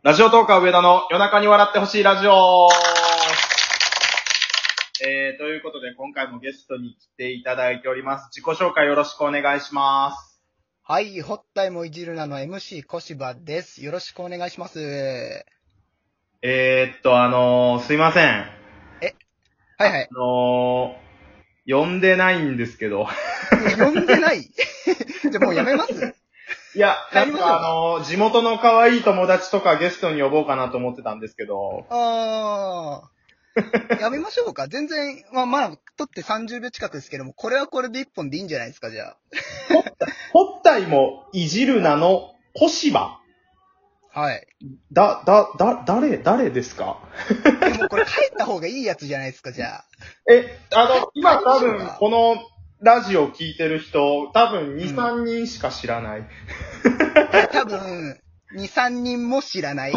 ラジオトーカー上田の夜中に笑ってほしいラジオ。ということで今回もゲストに来ていただいております。自己紹介よろしくお願いします。 はい、ほったいもいじるなの MC 小芝です。よろしくお願いします。 すいません。 はいはい。 呼んでないんですけど。 呼んでないじゃあもうやめますいや、なんか地元の可愛い友達とかゲストに呼ぼうかなと思ってたんですけど。 やめましょうか。全然、まあ、撮って30秒近くですけども、これはこれで1本でいいんじゃないですか、じゃあ。 ほったいもいじるなの小芝。 はい。 誰ですか？ でもこれ帰った方がいいやつじゃないですか、じゃあ。 今多分このラジオ聞いてる人、多分2、3人しか知らない。 多分、2、3人も知らない。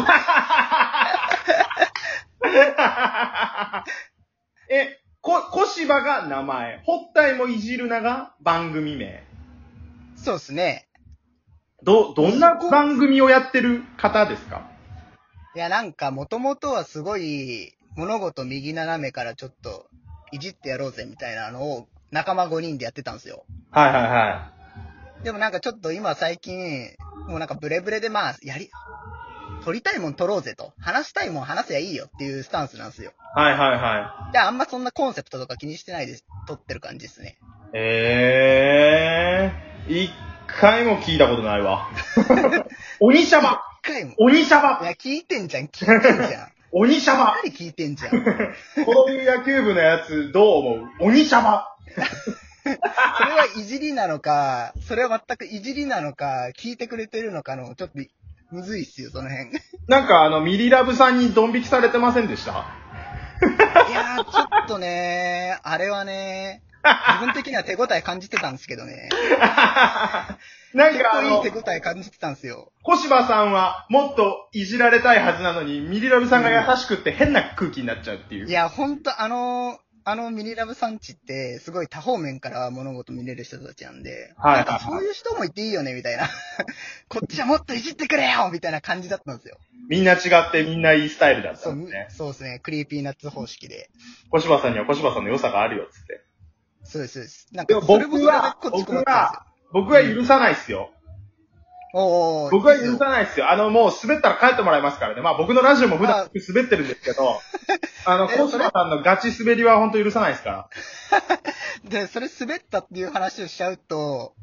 小芝が名前、ほったいもいじるなが番組名。 そうですね。 どんな番組をやってる方ですか？ いや、なんか、もともとはすごい、物事右斜めからちょっと、いじってやろうぜみたいなのを、仲間5人でやってたんですよ。 はいはいはでもなんかちょっと今最近、もうなんかブレブレで撮りたいもん撮ろうぜと。話したいもん話せばいいよっていうスタンスなんですよ。 はいはいはで、あんまそんなコンセプトとか気にしてないで撮ってる感じですね。 一回も聞いたことないわ。鬼シャバ一回も。 鬼シャバいや、聞いてんじゃん。 鬼シャバしっかり聞いてんじゃん。 こういう野球部のやつどう思う？鬼シャバそれはいじりなのか、それは全くいじりなのか、聞いてくれてるのかの、ちょっとむずいっすよ、その辺。 なんかミリラブさんにドン引きされてませんでした？ いやー、ちょっとね、あれはね、自分的には手応え感じてたんですけどね。 なん結構いいか手応え感じてたんですよ。 小芝さんはもっといじられたいはずなのに、ミリラブさんが優しくって変な空気になっちゃうっていう。 いや、ほんとミニラブさんちって、すごい多方面から物事見れる人たちなんで、 はいなんかそういう人もいていいよね、みたいな。こっちはもっといじってくれよみたいな感じだったんですよ。 みんな違ってみんないいスタイルだったんですね。 そうですね。クリーピーナッツ方式で。 小芝さんには小芝さんの良さがあるよ、つって。 そうです、そうです。なんでもか、それもそれでこっち困ってたんですよ。 僕は許さないっすよ。僕は許さないっすよ。もう滑ったら帰ってもらいますからね。まあ僕のラジオも普段滑ってるんですけど、小芝さんのガチ滑りは本当許さないですから。 で、それ滑ったっていう話をしちゃうと、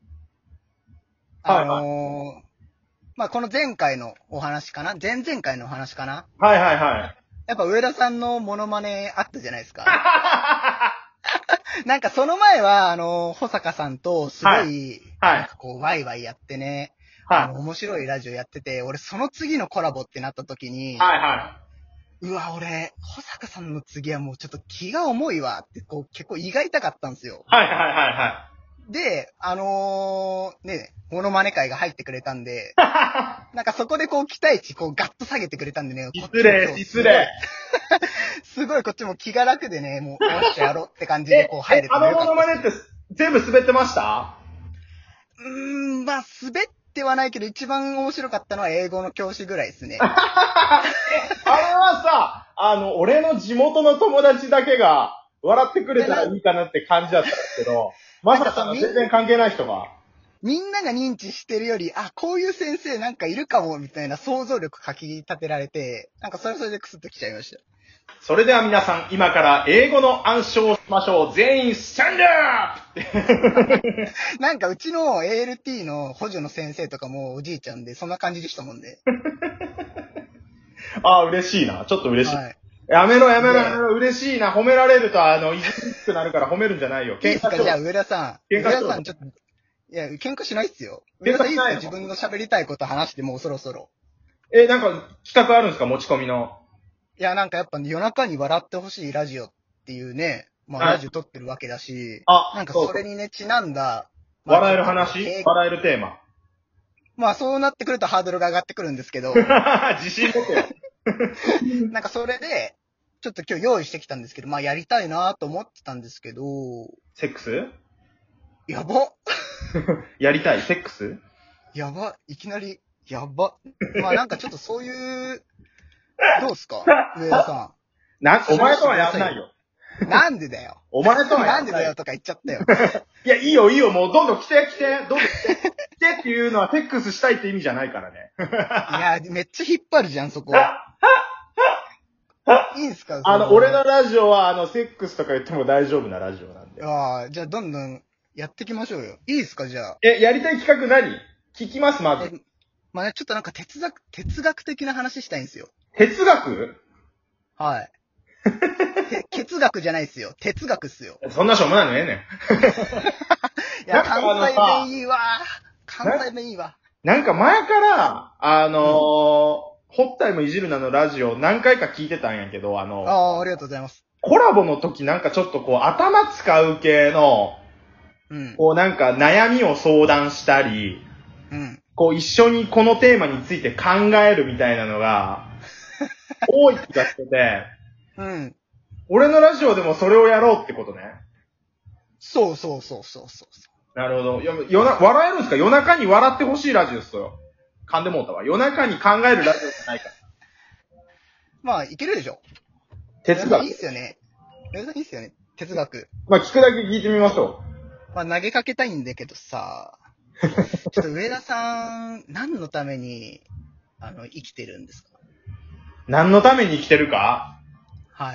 まあこの前回のお話かな前々回のお話かなはいはいはい。 やっぱ上田さんのモノマネあったじゃないですか。なんかその前は、保坂さんとすごい、なんかこう、ワイワイやってね、面白いラジオやってて、俺その次のコラボってなった時に、うわ、俺、保坂さんの次はもうちょっと気が重いわって、こう、結構胃が痛かったんですよ。で、モノマネ会が入ってくれたんで、なんかそこでこう期待値こうガッと下げてくれたんでね。 失礼。 すごいこっちも気が楽でね、もう、よっしゃやろうって感じでこう入れてくれた。 モノマネって全部滑ってました？ まあ滑ってはないけど一番面白かったのは英語の教師ぐらいですね。 あれはさ、俺の地元の友達だけが笑ってくれたらいいかなって感じだったんですけど、まさか全然関係ない人が。 みんなが認知してるより、あ、こういう先生なんかいるかも、みたいな想像力かき立てられて、なんかそれでクスッときちゃいました。 それでは皆さん、今から英語の暗唱をしましょう。全員、スタンドアップなんかうちの ALT の補助の先生とかもおじいちゃんで、そんな感じでしたもんね。 嬉しいな。ちょっと嬉しい。はい、やめろ。嬉しいな。褒められると、いじりにくくなるから褒めるんじゃないよ。 いいですかじゃあ、上田さん、ちょっと、いや、喧嘩しないっすよ。上田さんいいですか自分の喋りたいこと話してもうそろそろ。 なんか企画あるんですか持ち込みの。 いや、なんかやっぱ夜中に笑ってほしいラジオっていうね、まあラジオ撮ってるわけだし、なんかそれにね、ちなんだ、 笑える話笑えるテーマ。 まあそうなってくるとハードルが上がってくるんですけど。 自信持ってよ。 なんかそれで、ちょっと今日用意してきたんですけど、まあやりたいなと思ってたんですけど。 セックス？ やばやりたいセックス？ やばいきなりやば。まあなんかちょっとそういう、どうすか上田さお前とはやんないよ。 ん。なんでだよ。 お前とはやんない。 なんでだよとか言っちゃったよ。 いや、いいよ、もうどんどん来て、どんどん来てっていうのはセックスしたいって意味じゃないからね。 いや、めっちゃ引っ張るじゃん、そこ。いいんすか俺のラジオは、セックスとか言っても大丈夫なラジオなんで。 ああ、じゃあどんどんやっていきましょうよ。いいですか、じゃあ。 やりたい企画何？聞きます、まず。 まあね、ちょっとなんか哲学的な話したいんですよ。 哲学？ はい。哲学じゃないっすよ。哲学っすよ。 そんなしょうもないのええねん。 いや、関西弁いいわ。関西弁いいわ。 なんか前から、ホッタイムいじるなのラジオ何回か聞いてたんやけど、 ありがとうございます。 コラボの時なんかちょっとこう頭使う系の、こうなんか悩みを相談したり、こう一緒にこのテーマについて考えるみたいなのが、多い気がしてて、俺のラジオでもそれをやろうってことね。 そう。 なるほど。笑えるんですか？夜中に笑ってほしいラジオですよ。噛んでもうたわ。夜中に考えるラジオじゃないから。 まあ、いけるでしょ。 哲学。 いいっすよね。いいっすよね。哲学。 まあ、聞くだけ聞いてみましょう。まあ、投げかけたいんだけどさ、ちょっと上田さん、何のために、生きてるんですか？ 何のために生きてるか？ はい。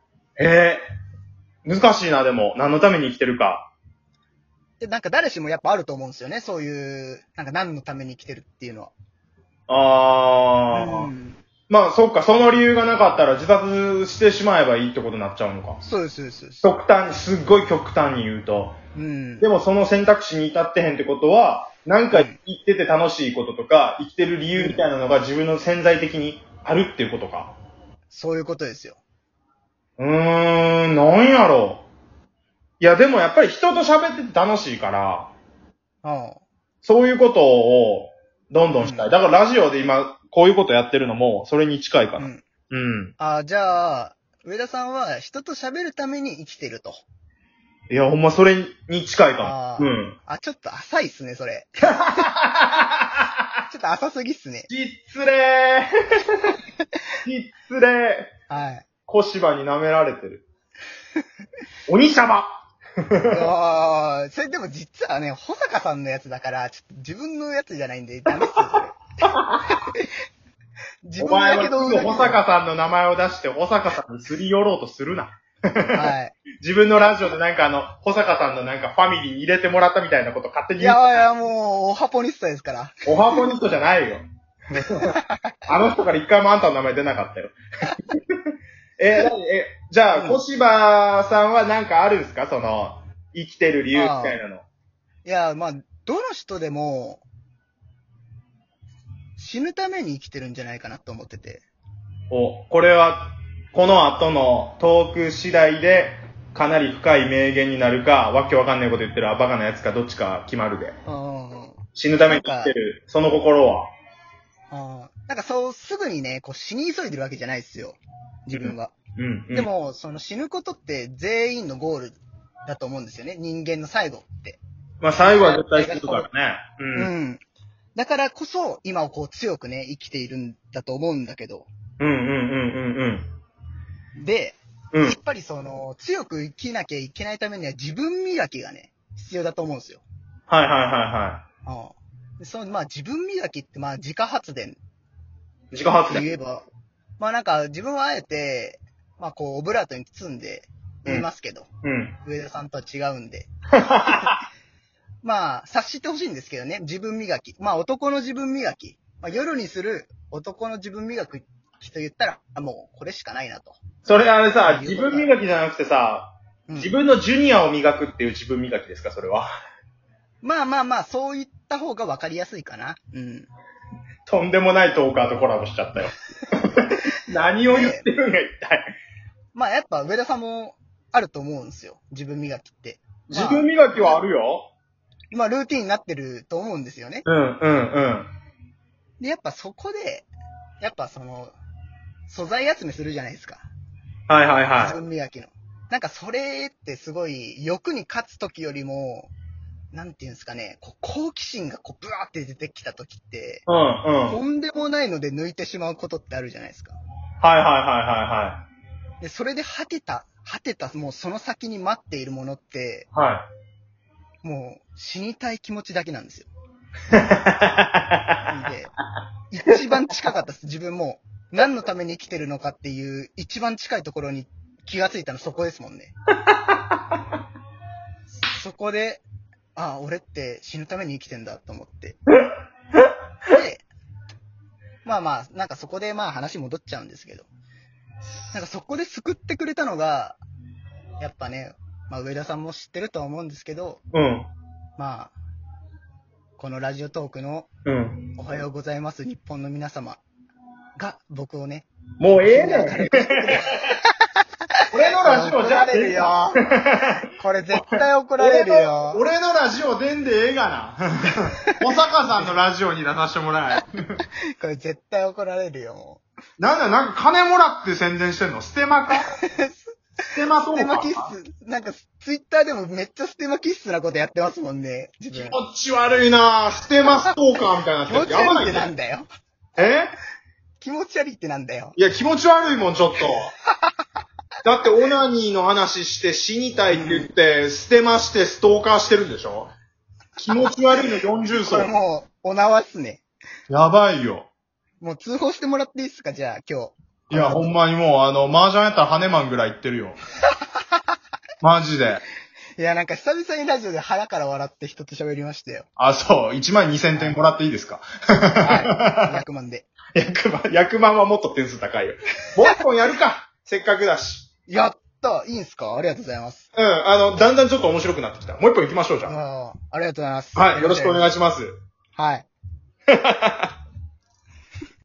難しいな、でも。何のために生きてるか。 で、なんか誰しもやっぱあると思うんですよね。そういう、なんか何のために生きてるっていうのは。 まあ、そっか、その理由がなかったら自殺してしまえばいいってことになっちゃうのか。 そうです。 すっごい極端に言うと。でもその選択肢に至ってへんってことは、なんか生きてて楽しいこととか、生きてる理由みたいなのが自分の潜在的にあるっていうことか。 そういうことですよ。 なんやろう。いや、でもやっぱり人と喋ってて楽しいから、そういうことをどんどんしたい。だからラジオで今、こういうことやってるのも、それに近いかな。 じゃあ、上田さんは人と喋るために生きてると。 いや、ほんまそれに近いかも。 ちょっと浅いっすね、それ。ちょっと浅すぎっすね。 失礼はい。 小芝に舐められてる。鬼様それでも実はね、保坂さんのやつだから、ちょっと自分のやつじゃないんで、ダメっすよ、それ。 自分だけど、お前は保坂さんの名前を出して、保坂さんにすり寄ろうとするな。 はい。 自分のラジオでなんか保坂さんのなんかファミリーに入れてもらったみたいなこと勝手に言う。いや、もう、オハポニストですから。 オハポニストじゃないよ。あの人から一回もあんたの名前出なかったよ。じゃあ、小芝さんはなんかあるんですか？その、生きてる理由みたいなの。 いや、まあ、どの人でも、死ぬために生きてるんじゃないかなと思ってて。 これは、この後のトーク次第で、かなり深い名言になるか、わけわかんないこと言ってるバカなやつか、どっちか決まるで。死ぬために生きてる、その心は。 なんかそう、すぐにね、こう死に急いでるわけじゃないですよ。自分は。でも、その死ぬことって全員のゴールだと思うんですよね。人間の最後って。 まあ最後は絶対死ぬからね。だからこそ、今をこう強くね、生きているんだと思うんだけど。で、やっぱりその、強く生きなきゃいけないためには自分磨きがね、必要だと思うんですよ。その、まあ自分磨きってまあ自家発電。 自家発電。 言えば。まあなんか自分はあえて、まあこうオブラートに包んで言いますけど。上田さんとは違うんで。まあ察してほしいんですけどね。自分磨き。まあ男の自分磨き。まあ夜にする男の自分磨きと言ったら、もうこれしかないなと。 それあれさ、自分磨きじゃなくてさ、自分のジュニアを磨くっていう自分磨きですか、それは。 まあ、そういった方がわかりやすいかな。 とんでもないトーカーとコラボしちゃったよ。何を言ってるんや、一体。 まあやっぱ上田さんもあると思うんですよ。自分磨きって。 自分磨きはあるよ。 まあルーティンになってると思うんですよね。で、やっぱそこで、やっぱその、素材集めするじゃないですか。自分磨きの。なんかそれってすごい欲に勝つ時よりも、 なんていうんですかね、好奇心がブワーって出てきた時って、とんでもないので抜いてしまうことってあるじゃないですか。 はいはいはいはい。 で、それで果てた、もうその先に待っているものって、もう死にたい気持ちだけなんですよ。で、一番近かったです。自分も何のために生きてるのかっていう一番近いところに気がついたのそこですもんね。そこで、俺って死ぬために生きてんだと思って。で、なんかそこで話戻っちゃうんですけど、なんかそこで救ってくれたのが、やっぱね、上田さんも知ってるとは思うんですけど、このラジオトークの、おはようございます日本の皆様が僕をね、 もうええねん。俺のラジオじゃ怒られるよ。これ絶対怒られるよ。 俺のラジオ出んでええがな。小坂さんのラジオに出させてもらえ。 これ絶対怒られるよ、もう。なんか金もらって宣伝してんの？ステマか？ステマそうか？ ステマ気質。なんかツイッターでもめっちゃステマ気質なことやってますもんね。 気持ち悪いなぁ。ステマストーカーみたいな。 気持ち悪いってなんだよ。気持ち悪いってなんだよ。 いや、気持ち悪いもん、ちょっと。だって、オナニーの話して死にたいって言って、ステマしてストーカーしてるんでしょ？気持ち悪いの40層。 これもう、お縄っすね。 やばいよ。 もう通報してもらっていいっすか、じゃあ、今日。いや、ほんまにもう、麻雀やったらハネマンぐらい言ってるよ。マジで。 いや、なんか久々にラジオで腹から笑って人と喋りましたよ。 そう。12,000点もらっていいですか？ はい。100万で。 100万はもっと点数高いよ。もう一本やるか。せっかくだし。 やったいいんすか？ありがとうございます。 だんだんちょっと面白くなってきた。もう一本行きましょう、じゃあ。 ありがとうございます。 はい、よろしくお願いします。 はい。